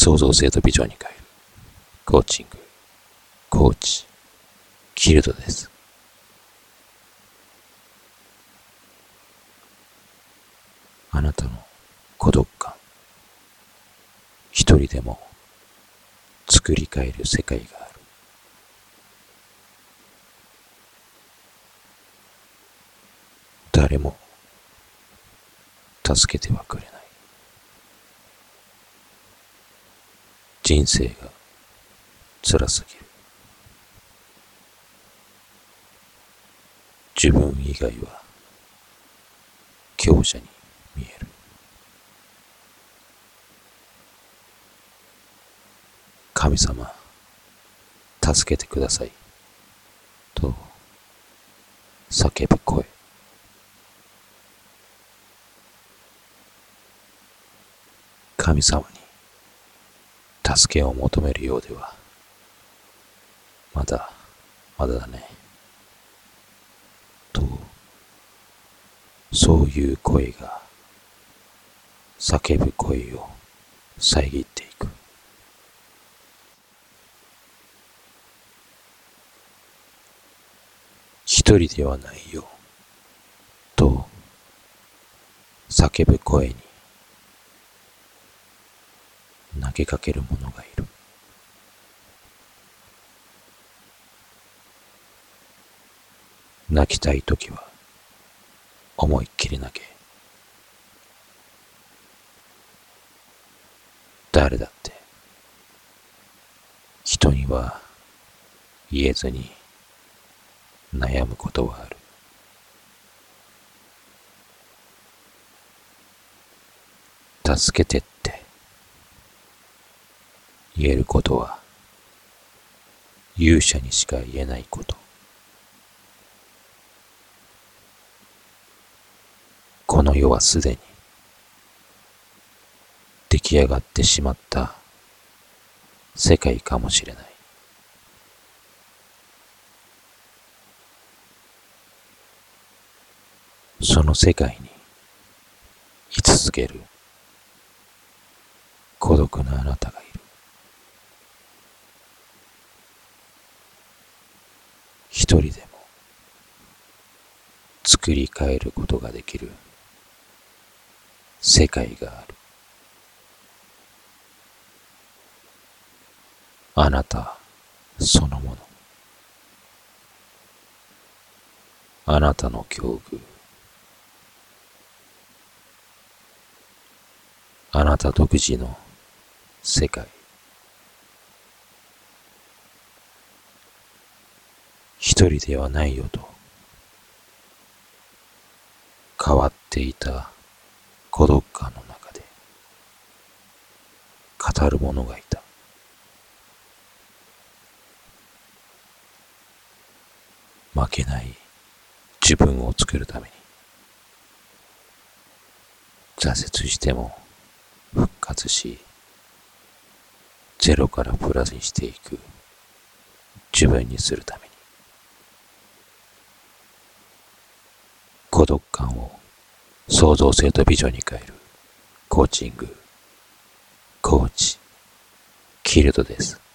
創造性とビジョンに変えるコーチング、コーチ、キルドです。あなたの孤独感、一人でも作り変える世界がある。誰も助けてはくれない。人生が辛すぎる。自分以外は強者に見える。神様、助けてくださいと叫ぶ声。神様に助けを求めるようではまだだねと、そういう声が叫ぶ声を遮っていく。一人ではないよと叫ぶ声に投げかける者がいる。泣きたいときは思いっきり泣け。誰だって人には言えずに悩むことはある。助けてって言えることは勇者にしか言えないこと。この世はすでに出来上がってしまった世界かもしれない。その世界に居続ける孤独なあなたがいる。一人でも作り変えることができる世界がある。あなたそのもの。あなたの境遇。あなた独自の世界。一人ではないよと変わっていた孤独感の中で語る者がいた。負けない自分を作るために挫折しても復活し、ゼロからプラスにしていく自分にするために、孤独感を創造性とビジョンに変えるコーチング、コーチ、キルドです。